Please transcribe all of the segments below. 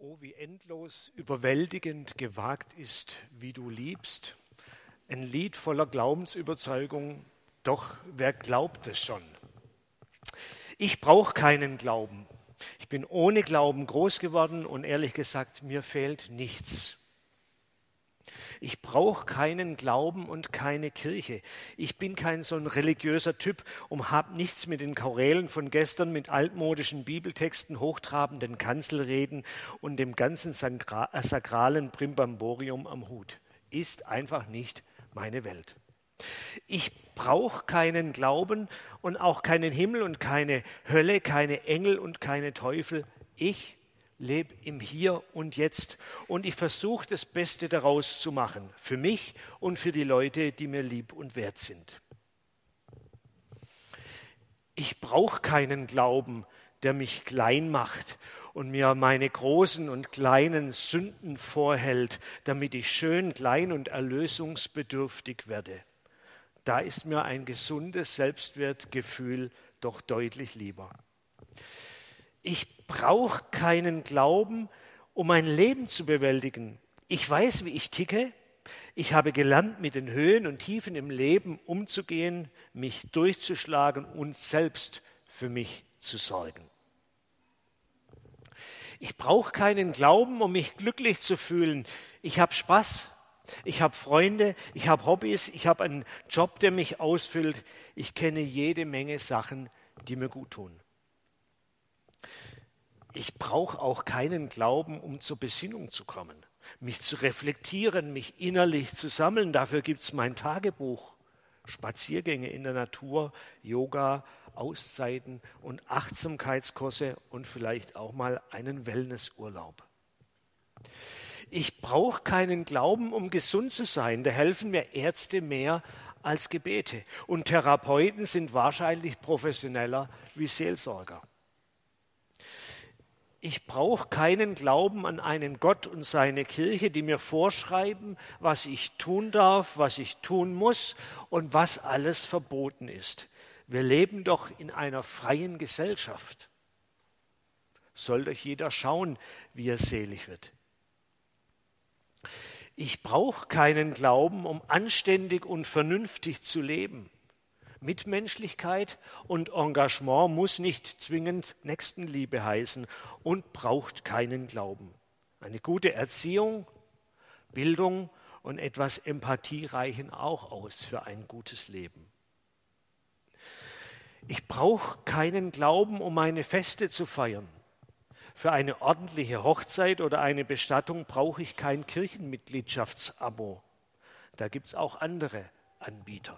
Oh, wie endlos überwältigend gewagt ist, wie du liebst. Ein Lied voller Glaubensüberzeugung, doch wer glaubt es schon? Ich brauche keinen Glauben. Ich bin ohne Glauben groß geworden und ehrlich gesagt, mir fehlt nichts. Ich brauche keinen Glauben und keine Kirche. Ich bin kein so ein religiöser Typ und habe nichts mit den Chorälen von gestern, mit altmodischen Bibeltexten, hochtrabenden Kanzelreden und dem ganzen sakralen Brimborium am Hut. Ist einfach nicht meine Welt. Ich brauche keinen Glauben und auch keinen Himmel und keine Hölle, keine Engel und keine Teufel. Ich lebe im Hier und Jetzt und ich versuche das Beste daraus zu machen, für mich und für die Leute, die mir lieb und wert sind. Ich brauche keinen Glauben, der mich klein macht und mir meine großen und kleinen Sünden vorhält, damit ich schön klein und erlösungsbedürftig werde. Da ist mir ein gesundes Selbstwertgefühl doch deutlich lieber. Ich brauche keinen Glauben, um mein Leben zu bewältigen. Ich weiß, wie ich ticke. Ich habe gelernt, mit den Höhen und Tiefen im Leben umzugehen, mich durchzuschlagen und selbst für mich zu sorgen. Ich brauche keinen Glauben, um mich glücklich zu fühlen. Ich habe Spaß, ich habe Freunde, ich habe Hobbys, ich habe einen Job, der mich ausfüllt. Ich kenne jede Menge Sachen, die mir gut tun. Ich brauche auch keinen Glauben, um zur Besinnung zu kommen, mich zu reflektieren, mich innerlich zu sammeln. Dafür gibt es mein Tagebuch, Spaziergänge in der Natur, Yoga, Auszeiten und Achtsamkeitskurse und vielleicht auch mal einen Wellnessurlaub. Ich brauche keinen Glauben, um gesund zu sein. Da helfen mir Ärzte mehr als Gebete. Und Therapeuten sind wahrscheinlich professioneller wie Seelsorger. Ich brauche keinen Glauben an einen Gott und seine Kirche, die mir vorschreiben, was ich tun darf, was ich tun muss und was alles verboten ist. Wir leben doch in einer freien Gesellschaft. Soll doch jeder schauen, wie er selig wird. Ich brauche keinen Glauben, um anständig und vernünftig zu leben. Mitmenschlichkeit und Engagement muss nicht zwingend Nächstenliebe heißen und braucht keinen Glauben. Eine gute Erziehung, Bildung und etwas Empathie reichen auch aus für ein gutes Leben. Ich brauche keinen Glauben, um meine Feste zu feiern. Für eine ordentliche Hochzeit oder eine Bestattung brauche ich kein Kirchenmitgliedschaftsabo. Da gibt es auch andere Anbieter.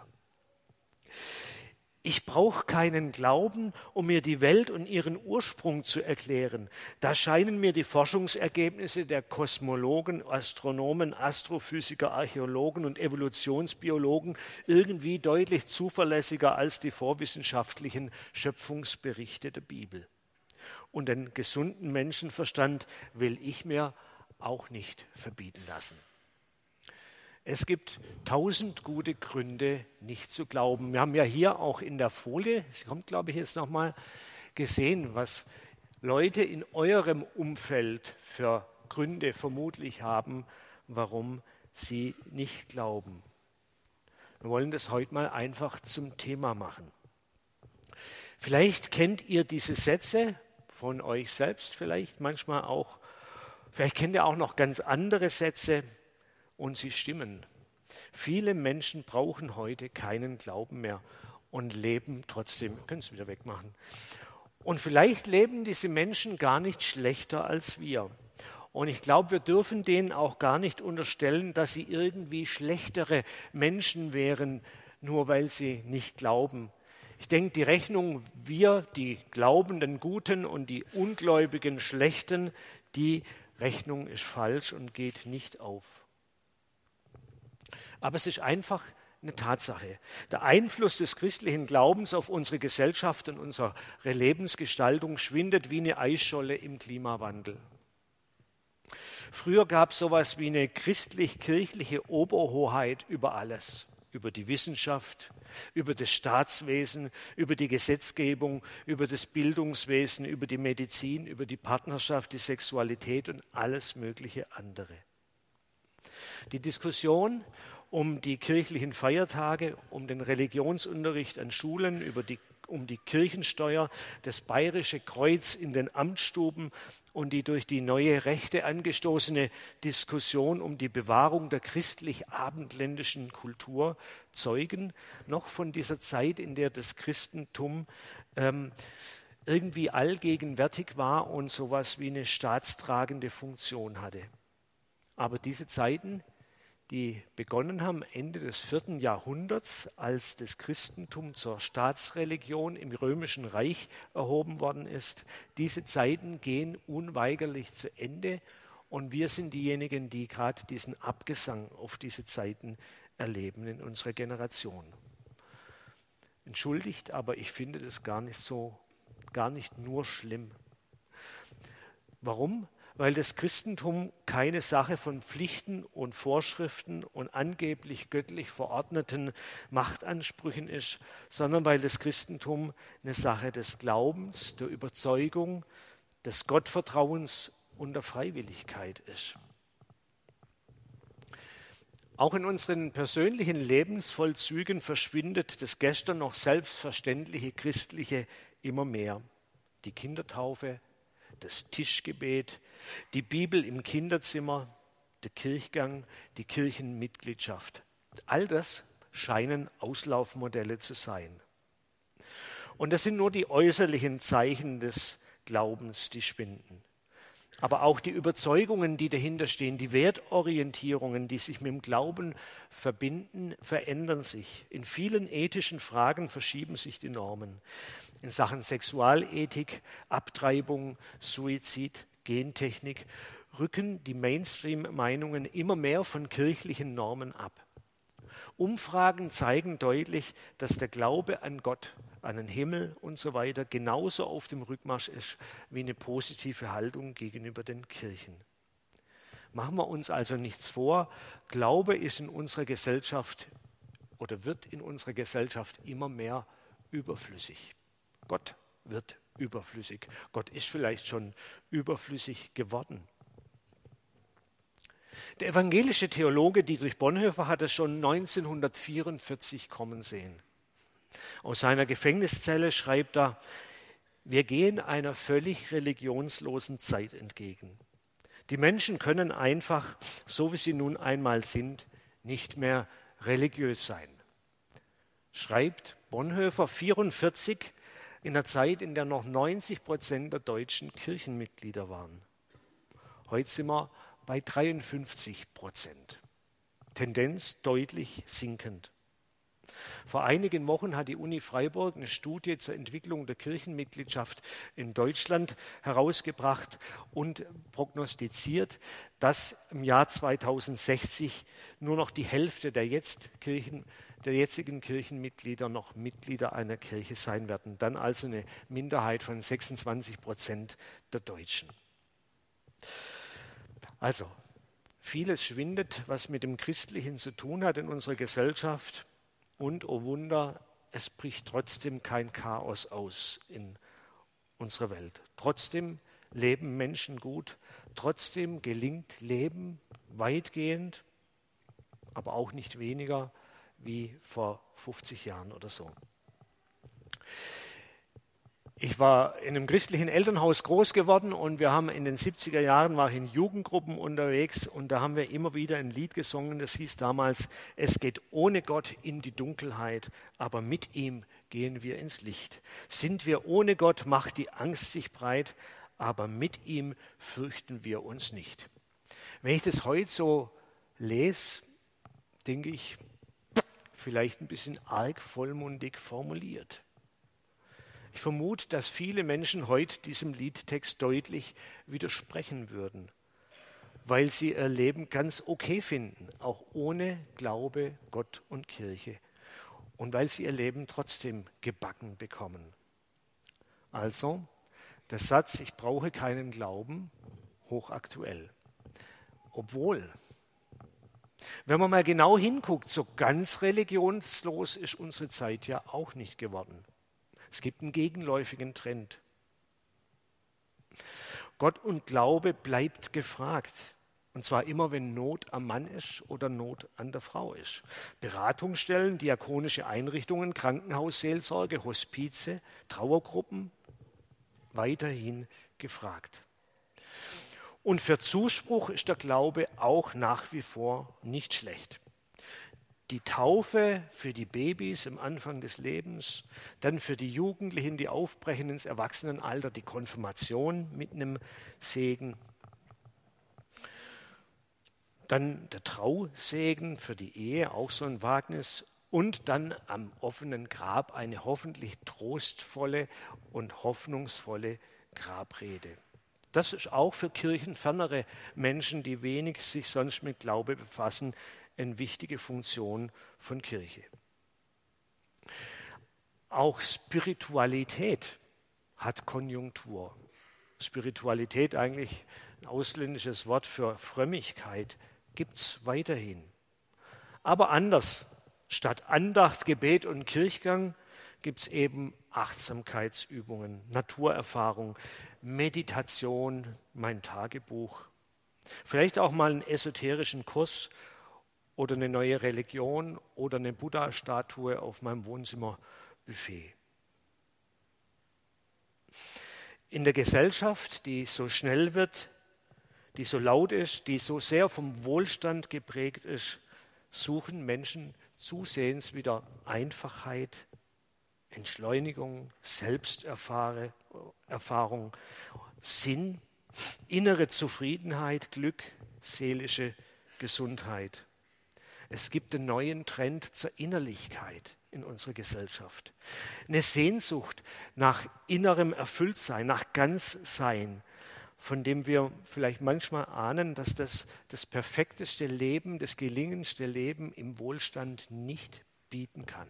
Ich brauche keinen Glauben, um mir die Welt und ihren Ursprung zu erklären. Da scheinen mir die Forschungsergebnisse der Kosmologen, Astronomen, Astrophysiker, Archäologen und Evolutionsbiologen irgendwie deutlich zuverlässiger als die vorwissenschaftlichen Schöpfungsberichte der Bibel. Und den gesunden Menschenverstand will ich mir auch nicht verbieten lassen. Es gibt 1000 gute Gründe, nicht zu glauben. Wir haben ja hier auch in der Folie, es kommt glaube ich jetzt nochmal, gesehen, was Leute in eurem Umfeld für Gründe vermutlich haben, warum sie nicht glauben. Wir wollen das heute mal einfach zum Thema machen. Vielleicht kennt ihr diese Sätze von euch selbst, vielleicht manchmal auch, vielleicht kennt ihr auch noch ganz andere Sätze, und sie stimmen. Viele Menschen brauchen heute keinen Glauben mehr und leben trotzdem, können es wieder wegmachen. Und vielleicht leben diese Menschen gar nicht schlechter als wir. Und ich glaube, wir dürfen denen auch gar nicht unterstellen, dass sie irgendwie schlechtere Menschen wären, nur weil sie nicht glauben. Ich denke, die Rechnung, wir, die Glaubenden Guten und die Ungläubigen Schlechten, die Rechnung ist falsch und geht nicht auf. Aber es ist einfach eine Tatsache. Der Einfluss des christlichen Glaubens auf unsere Gesellschaft und unsere Lebensgestaltung schwindet wie eine Eisscholle im Klimawandel. Früher gab es sowas wie eine christlich-kirchliche Oberhoheit über alles. über die Wissenschaft, über das Staatswesen, über die Gesetzgebung, über das Bildungswesen, über die Medizin, über die Partnerschaft, die Sexualität und alles mögliche andere. Die Diskussion um die kirchlichen Feiertage, um den Religionsunterricht an Schulen, um die Kirchensteuer, das Bayerische Kreuz in den Amtsstuben und die durch die neue Rechte angestoßene Diskussion um die Bewahrung der christlich-abendländischen Kultur zeugen noch von dieser Zeit, in der das Christentum irgendwie allgegenwärtig war und sowas wie eine staatstragende Funktion hatte. Aber diese Zeiten, die begonnen haben Ende des 4. Jahrhunderts, als das Christentum zur Staatsreligion im Römischen Reich erhoben worden ist. Diese Zeiten gehen unweigerlich zu Ende und wir sind diejenigen, die gerade diesen Abgesang auf diese Zeiten erleben in unserer Generation. Entschuldigt, aber ich finde das gar nicht nur schlimm. Warum? Weil das Christentum keine Sache von Pflichten und Vorschriften und angeblich göttlich verordneten Machtansprüchen ist, sondern weil das Christentum eine Sache des Glaubens, der Überzeugung, des Gottvertrauens und der Freiwilligkeit ist. Auch in unseren persönlichen Lebensvollzügen verschwindet das gestern noch selbstverständliche Christliche immer mehr. Die Kindertaufe, das Tischgebet, die Bibel im Kinderzimmer, der Kirchgang, die Kirchenmitgliedschaft. All das scheinen Auslaufmodelle zu sein. Und das sind nur die äußerlichen Zeichen des Glaubens, die schwinden. Aber auch die Überzeugungen, die dahinter stehen, die Wertorientierungen, die sich mit dem Glauben verbinden, verändern sich. In vielen ethischen Fragen verschieben sich die Normen. In Sachen Sexualethik, Abtreibung, Suizid, Gentechnik rücken die Mainstream-Meinungen immer mehr von kirchlichen Normen ab. Umfragen zeigen deutlich, dass der Glaube an Gott, an den Himmel und so weiter genauso auf dem Rückmarsch ist wie eine positive Haltung gegenüber den Kirchen. Machen wir uns also nichts vor, Glaube ist in unserer Gesellschaft oder wird in unserer Gesellschaft immer mehr überflüssig. Gott wird überflüssig. Gott ist vielleicht schon überflüssig geworden. Der evangelische Theologe Dietrich Bonhoeffer hat es schon 1944 kommen sehen. Aus seiner Gefängniszelle schreibt er: Wir gehen einer völlig religionslosen Zeit entgegen. Die Menschen können einfach, so wie sie nun einmal sind, nicht mehr religiös sein. Schreibt Bonhoeffer 44 in der Zeit, in der noch 90% der Deutschen Kirchenmitglieder waren. Heute sind wir bei 53%. Tendenz deutlich sinkend. Vor einigen Wochen hat die Uni Freiburg eine Studie zur Entwicklung der Kirchenmitgliedschaft in Deutschland herausgebracht und prognostiziert, dass im Jahr 2060 nur noch die Hälfte der jetzigen Kirchenmitglieder noch Mitglieder einer Kirche sein werden. Dann also eine Minderheit von 26% der Deutschen. Also, vieles schwindet, was mit dem Christlichen zu tun hat in unserer Gesellschaft. Und, oh Wunder, es bricht trotzdem kein Chaos aus in unserer Welt. Trotzdem leben Menschen gut, trotzdem gelingt Leben weitgehend, aber auch nicht weniger wie vor 50 Jahren oder so. Ich war in einem christlichen Elternhaus groß geworden und wir haben in den 70er Jahren, war ich in Jugendgruppen unterwegs und da haben wir immer wieder ein Lied gesungen, das hieß damals: Es geht ohne Gott in die Dunkelheit, aber mit ihm gehen wir ins Licht. Sind wir ohne Gott, macht die Angst sich breit, aber mit ihm fürchten wir uns nicht. Wenn ich das heute so lese, denke ich, vielleicht ein bisschen arg vollmundig formuliert. Ich vermute, dass viele Menschen heute diesem Liedtext deutlich widersprechen würden, weil sie ihr Leben ganz okay finden, auch ohne Glaube, Gott und Kirche, und weil sie ihr Leben trotzdem gebacken bekommen. Also, der Satz, ich brauche keinen Glauben, hochaktuell. Obwohl, Wenn man mal genau hinguckt, so ganz religionslos ist unsere Zeit ja auch nicht geworden. Es gibt einen gegenläufigen Trend. Gott und Glaube bleibt gefragt. Und zwar immer, wenn Not am Mann ist oder Not an der Frau ist. Beratungsstellen, diakonische Einrichtungen, Krankenhausseelsorge, Hospize, Trauergruppen, weiterhin gefragt. Und für Zuspruch ist der Glaube auch nach wie vor nicht schlecht. Die Taufe für die Babys am Anfang des Lebens, dann für die Jugendlichen, die aufbrechen ins Erwachsenenalter, die Konfirmation mit einem Segen, dann der Trausegen für die Ehe, auch so ein Wagnis, und dann am offenen Grab eine hoffentlich trostvolle und hoffnungsvolle Grabrede. Das ist auch für kirchenfernere Menschen, die wenig sich sonst mit Glaube befassen, eine wichtige Funktion von Kirche. Auch Spiritualität hat Konjunktur. Spiritualität, eigentlich ein ausländisches Wort für Frömmigkeit, gibt es weiterhin. Aber anders. Statt Andacht, Gebet und Kirchgang gibt es eben Achtsamkeitsübungen, Naturerfahrung, Meditation, mein Tagebuch. Vielleicht auch mal einen esoterischen Kurs oder eine neue Religion oder eine Buddha-Statue auf meinem Wohnzimmerbuffet. In der Gesellschaft, die so schnell wird, die so laut ist, die so sehr vom Wohlstand geprägt ist, suchen Menschen zusehends wieder Einfachheit, Entschleunigung, Selbsterfahrung, Sinn, innere Zufriedenheit, Glück, seelische Gesundheit. Es gibt einen neuen Trend zur Innerlichkeit in unserer Gesellschaft. Eine Sehnsucht nach innerem Erfülltsein, nach Ganzsein, von dem wir vielleicht manchmal ahnen, dass das perfekteste Leben, das gelingendste Leben im Wohlstand nicht bieten kann.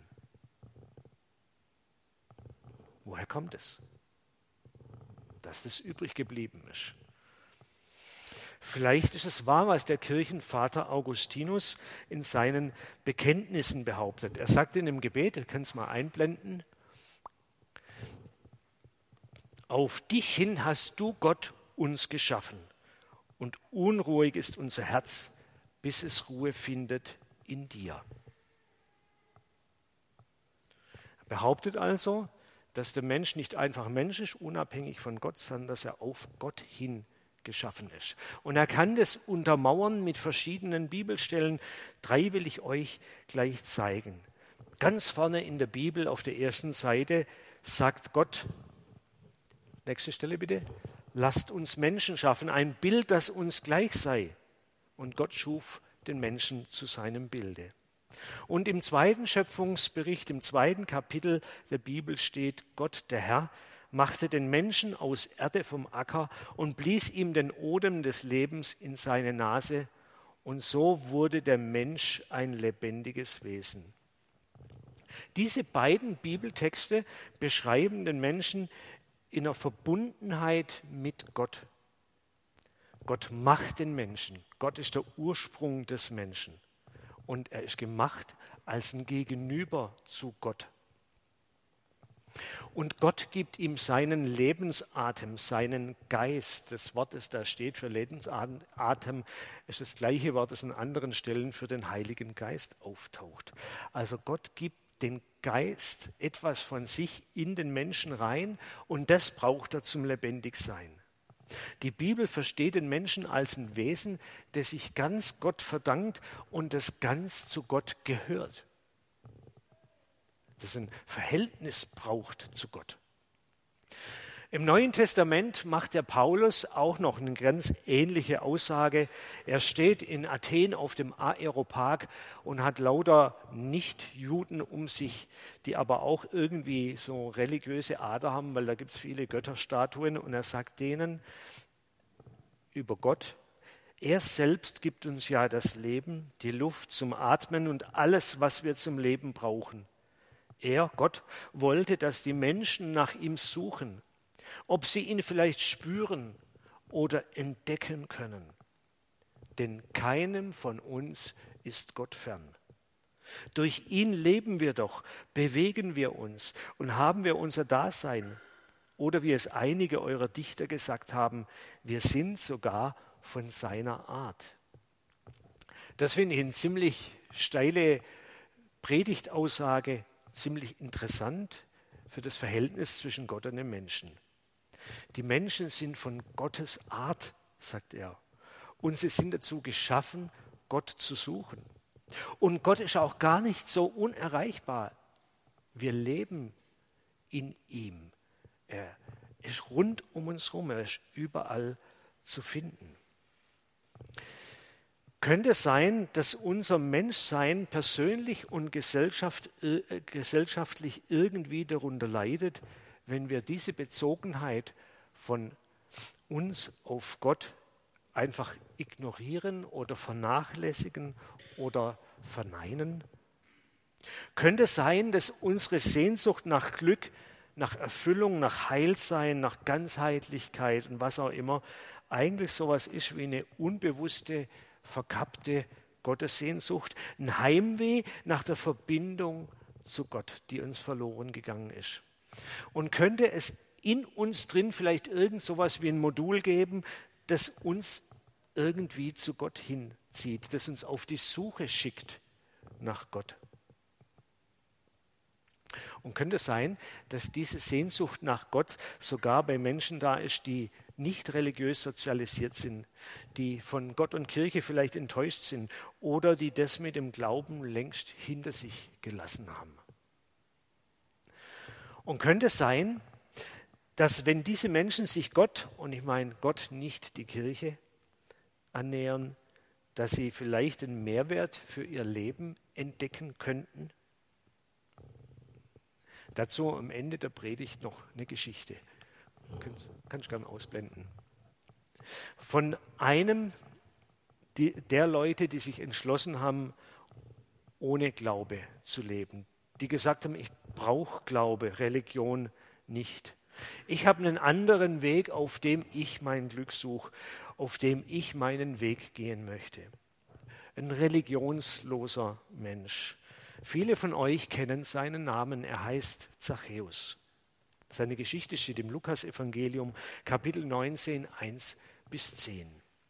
Woher kommt es? Dass das übrig geblieben ist. Vielleicht ist es wahr, was der Kirchenvater Augustinus in seinen Bekenntnissen behauptet. Er sagt in dem Gebet, ihr könnt es mal einblenden, auf dich hin hast du, Gott, uns geschaffen, und unruhig ist unser Herz, bis es Ruhe findet in dir. Er behauptet also, dass der Mensch nicht einfach Mensch ist, unabhängig von Gott, sondern dass er auf Gott hin geschaffen ist. Und er kann das untermauern mit verschiedenen Bibelstellen. 3 will ich euch gleich zeigen. Ganz vorne in der Bibel auf der ersten Seite sagt Gott, nächste Stelle bitte, lasst uns Menschen schaffen, ein Bild, das uns gleich sei. Und Gott schuf den Menschen zu seinem Bilde. Und im 2. Schöpfungsbericht, im 2. Kapitel der Bibel steht, Gott, der Herr, machte den Menschen aus Erde vom Acker und blies ihm den Odem des Lebens in seine Nase, und so wurde der Mensch ein lebendiges Wesen. Diese beiden Bibeltexte beschreiben den Menschen in einer Verbundenheit mit Gott. Gott macht den Menschen. Gott ist der Ursprung des Menschen. Und er ist gemacht als ein Gegenüber zu Gott. Und Gott gibt ihm seinen Lebensatem, seinen Geist. Das Wort, das da steht für Lebensatem, ist das gleiche Wort, das an anderen Stellen für den Heiligen Geist auftaucht. Also Gott gibt den Geist etwas von sich in den Menschen rein, und das braucht er zum Lebendigsein. Die Bibel versteht den Menschen als ein Wesen, das sich ganz Gott verdankt und das ganz zu Gott gehört. Das ein Verhältnis braucht zu Gott. Im Neuen Testament macht der Paulus auch noch eine ganz ähnliche Aussage. Er steht in Athen auf dem Areopag und hat lauter Nichtjuden um sich, die aber auch irgendwie so religiöse Ader haben, weil da gibt es viele Götterstatuen. Und er sagt denen über Gott, er selbst gibt uns ja das Leben, die Luft zum Atmen und alles, was wir zum Leben brauchen. Er, Gott, wollte, dass die Menschen nach ihm suchen, ob sie ihn vielleicht spüren oder entdecken können. denn keinem von uns ist Gott fern. Durch ihn leben wir doch, bewegen wir uns und haben wir unser Dasein. Oder wie es einige eurer Dichter gesagt haben, wir sind sogar von seiner Art. Das finde ich eine ziemlich steile Predigtaussage, ziemlich interessant für das Verhältnis zwischen Gott und dem Menschen. Die Menschen sind von Gottes Art, sagt er, und sie sind dazu geschaffen, Gott zu suchen. Und Gott ist auch gar nicht so unerreichbar. Wir leben in ihm. Er ist rund um uns herum, er ist überall zu finden. Könnte es sein, dass unser Menschsein persönlich und gesellschaftlich irgendwie darunter leidet, wenn wir diese Bezogenheit von uns auf Gott einfach ignorieren oder vernachlässigen oder verneinen? Könnte es sein, dass unsere Sehnsucht nach Glück, nach Erfüllung, nach Heilsein, nach Ganzheitlichkeit und was auch immer eigentlich sowas ist wie eine unbewusste, verkappte Gottessehnsucht, ein Heimweh nach der Verbindung zu Gott, die uns verloren gegangen ist? Und könnte es in uns drin vielleicht irgend sowas wie ein Modul geben, das uns irgendwie zu Gott hinzieht, das uns auf die Suche schickt nach Gott? Und könnte es sein, dass diese Sehnsucht nach Gott sogar bei Menschen da ist, die nicht religiös sozialisiert sind, die von Gott und Kirche vielleicht enttäuscht sind oder die das mit dem Glauben längst hinter sich gelassen haben? Und könnte es sein, dass wenn diese Menschen sich Gott, und ich meine Gott, nicht die Kirche, annähern, dass sie vielleicht einen Mehrwert für ihr Leben entdecken könnten? Dazu am Ende der Predigt noch eine Geschichte. Kannst du gerne ausblenden. Von einem der Leute, die sich entschlossen haben, ohne Glaube zu leben. Die gesagt haben, ich brauche Glaube, Religion nicht. Ich habe einen anderen Weg, auf dem ich mein Glück suche, auf dem ich meinen Weg gehen möchte. Ein religionsloser Mensch. Viele von euch kennen seinen Namen. Er heißt Zachäus. Seine Geschichte steht im Lukas-Evangelium, Kapitel 19, 1-10.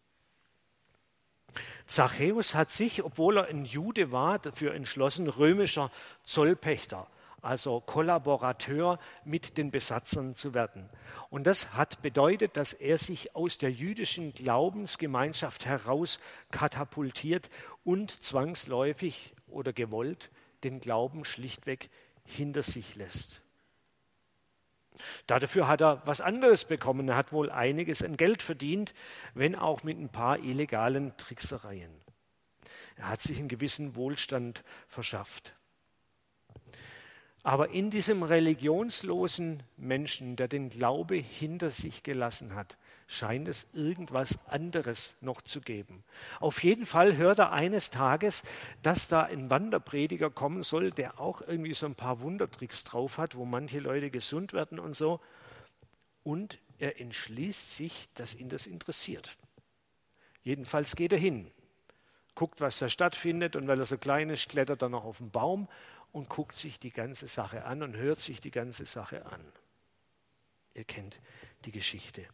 Zachäus hat sich, obwohl er ein Jude war, dafür entschlossen, römischer Zollpächter, also Kollaborateur mit den Besatzern zu werden. Und das hat bedeutet, dass er sich aus der jüdischen Glaubensgemeinschaft heraus katapultiert und zwangsläufig oder gewollt den Glauben schlichtweg hinter sich lässt. Dafür hat er was anderes bekommen. Er hat wohl einiges an Geld verdient, wenn auch mit ein paar illegalen Tricksereien. Er hat sich einen gewissen Wohlstand verschafft. Aber in diesem religionslosen Menschen, der den Glaube hinter sich gelassen hat, scheint es irgendwas anderes noch zu geben. Auf jeden Fall hört er eines Tages, dass da ein Wanderprediger kommen soll, der auch irgendwie so ein paar Wundertricks drauf hat, wo manche Leute gesund werden und so. Und er entschließt sich, dass ihn das interessiert. Jedenfalls geht er hin, guckt, was da stattfindet, und weil er so klein ist, klettert er noch auf den Baum und guckt sich die ganze Sache an und hört sich die ganze Sache an. Ihr kennt die Geschichte.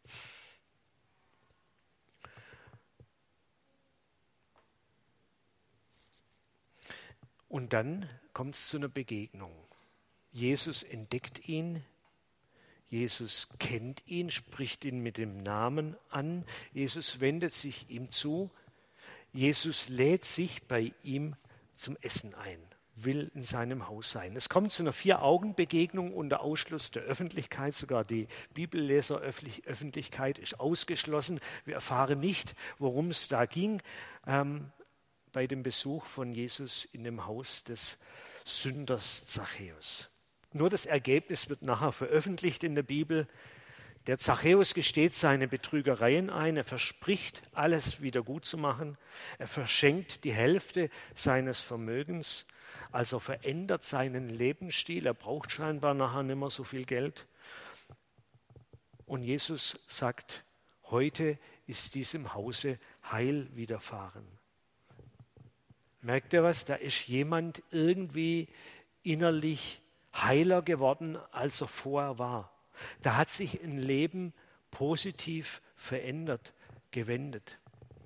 Und dann kommt es zu einer Begegnung. Jesus entdeckt ihn, Jesus kennt ihn, spricht ihn mit dem Namen an, Jesus wendet sich ihm zu, Jesus lädt sich bei ihm zum Essen ein, will in seinem Haus sein. Es kommt zu einer 4-Augen-Begegnung unter Ausschluss der Öffentlichkeit. Sogar die Bibelleser-Öffentlichkeit ist ausgeschlossen. Wir erfahren nicht, worum es da ging bei dem Besuch von Jesus in dem Haus des Sünders Zachäus. Nur das Ergebnis wird nachher veröffentlicht in der Bibel. Der Zachäus gesteht seine Betrügereien ein, er verspricht, alles wieder gut zu machen, er verschenkt die Hälfte seines Vermögens, also verändert seinen Lebensstil, er braucht scheinbar nachher nicht mehr so viel Geld. Und Jesus sagt, heute ist diesem Hause Heil widerfahren. Merkt ihr was? Da ist jemand irgendwie innerlich heiler geworden, als er vorher war. Da hat sich ein Leben positiv verändert, gewendet.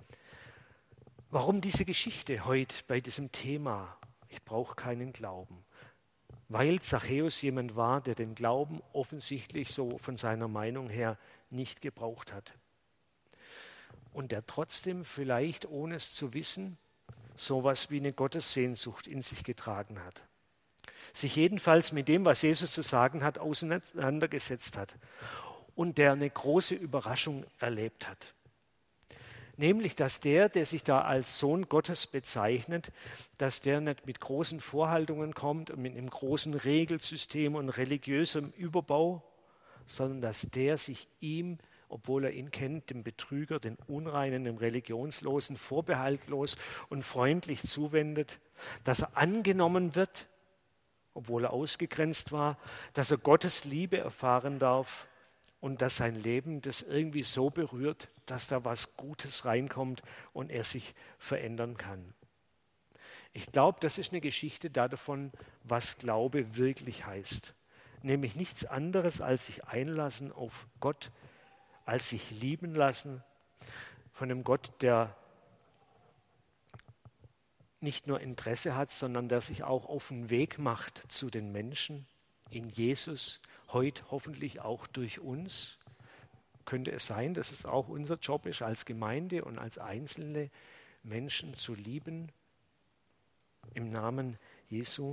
Warum diese Geschichte heute bei diesem Thema? Ich brauche keinen Glauben. Weil Zachäus jemand war, der den Glauben offensichtlich so von seiner Meinung her nicht gebraucht hat. Und der trotzdem vielleicht, ohne es zu wissen, sowas wie eine Gottessehnsucht in sich getragen hat. Sich jedenfalls mit dem, was Jesus zu sagen hat, auseinandergesetzt hat. Und der eine große Überraschung erlebt hat. Nämlich, dass der sich da als Sohn Gottes bezeichnet, dass der nicht mit großen Vorhaltungen kommt und mit einem großen Regelsystem und religiösem Überbau, sondern dass der sich ihm, obwohl er ihn kennt, dem Betrüger, den Unreinen, dem Religionslosen, vorbehaltlos und freundlich zuwendet, dass er angenommen wird, obwohl er ausgegrenzt war, dass er Gottes Liebe erfahren darf und dass sein Leben das irgendwie so berührt, dass da was Gutes reinkommt und er sich verändern kann. Ich glaube, das ist eine Geschichte davon, was Glaube wirklich heißt. Nämlich nichts anderes als sich einlassen auf Gott, als sich lieben lassen von einem Gott, der nicht nur Interesse hat, sondern der sich auch auf den Weg macht zu den Menschen in Jesus, heute hoffentlich auch durch uns. Könnte es sein, dass es auch unser Job ist, als Gemeinde und als einzelne Menschen zu lieben im Namen Jesu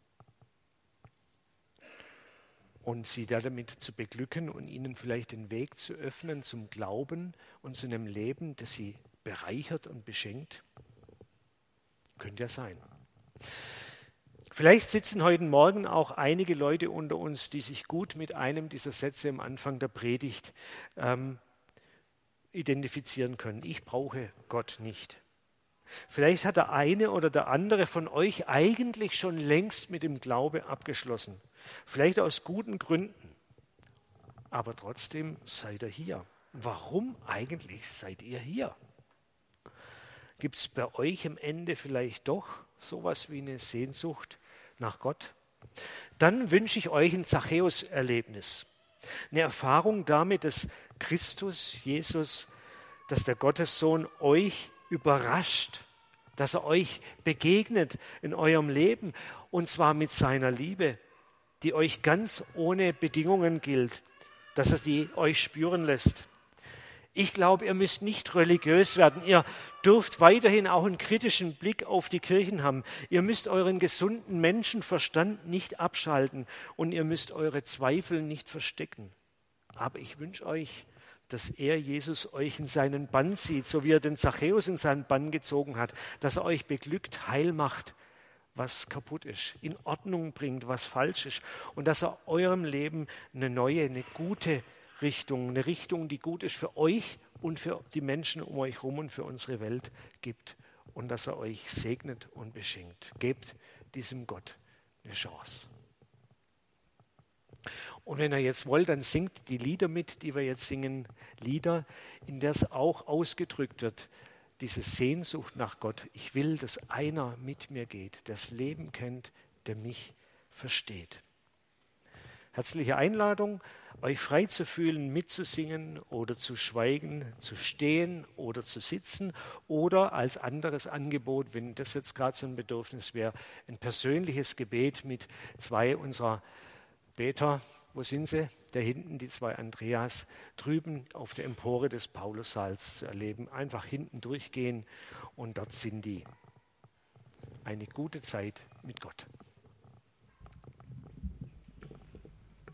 und sie damit zu beglücken und ihnen vielleicht den Weg zu öffnen zum Glauben und zu einem Leben, das sie bereichert und beschenkt? Könnte ja sein. Vielleicht sitzen heute Morgen auch einige Leute unter uns, die sich gut mit einem dieser Sätze am Anfang der Predigt identifizieren können. Ich brauche Gott nicht. Vielleicht hat der eine oder der andere von euch eigentlich schon längst mit dem Glaube abgeschlossen. Vielleicht aus guten Gründen. Aber trotzdem seid ihr hier. Warum eigentlich seid ihr hier? Gibt es bei euch am Ende vielleicht doch sowas wie eine Sehnsucht nach Gott? Dann wünsche ich euch ein Zachäus-Erlebnis. Eine Erfahrung damit, dass Christus, Jesus, dass der Gottessohn euch überrascht, dass er euch begegnet in eurem Leben und zwar mit seiner Liebe, die euch ganz ohne Bedingungen gilt, dass er sie euch spüren lässt. Ich glaube, ihr müsst nicht religiös werden. Ihr dürft weiterhin auch einen kritischen Blick auf die Kirchen haben. Ihr müsst euren gesunden Menschenverstand nicht abschalten und ihr müsst eure Zweifel nicht verstecken. Aber ich wünsche euch, dass er, Jesus, euch in seinen Bann zieht, so wie er den Zachäus in seinen Bann gezogen hat, dass er euch beglückt, heil macht, was kaputt ist, in Ordnung bringt, was falsch ist und dass er eurem Leben eine neue, eine gute Richtung, eine Richtung, die gut ist für euch und für die Menschen um euch herum und für unsere Welt gibt und dass er euch segnet und beschenkt. Gebt diesem Gott eine Chance. Und wenn ihr jetzt wollt, dann singt die Lieder mit, die wir jetzt singen, Lieder, in der es auch ausgedrückt wird, diese Sehnsucht nach Gott. Ich will, dass einer mit mir geht, der das Leben kennt, der mich versteht. Herzliche Einladung, euch frei zu fühlen, mitzusingen oder zu schweigen, zu stehen oder zu sitzen oder als anderes Angebot, wenn das jetzt gerade so ein Bedürfnis wäre, ein persönliches Gebet mit zwei unserer Beter. Wo sind sie? Da hinten, die zwei Andreas, drüben auf der Empore des Paulussaals zu erleben. Einfach hinten durchgehen und dort sind die. Eine gute Zeit mit Gott.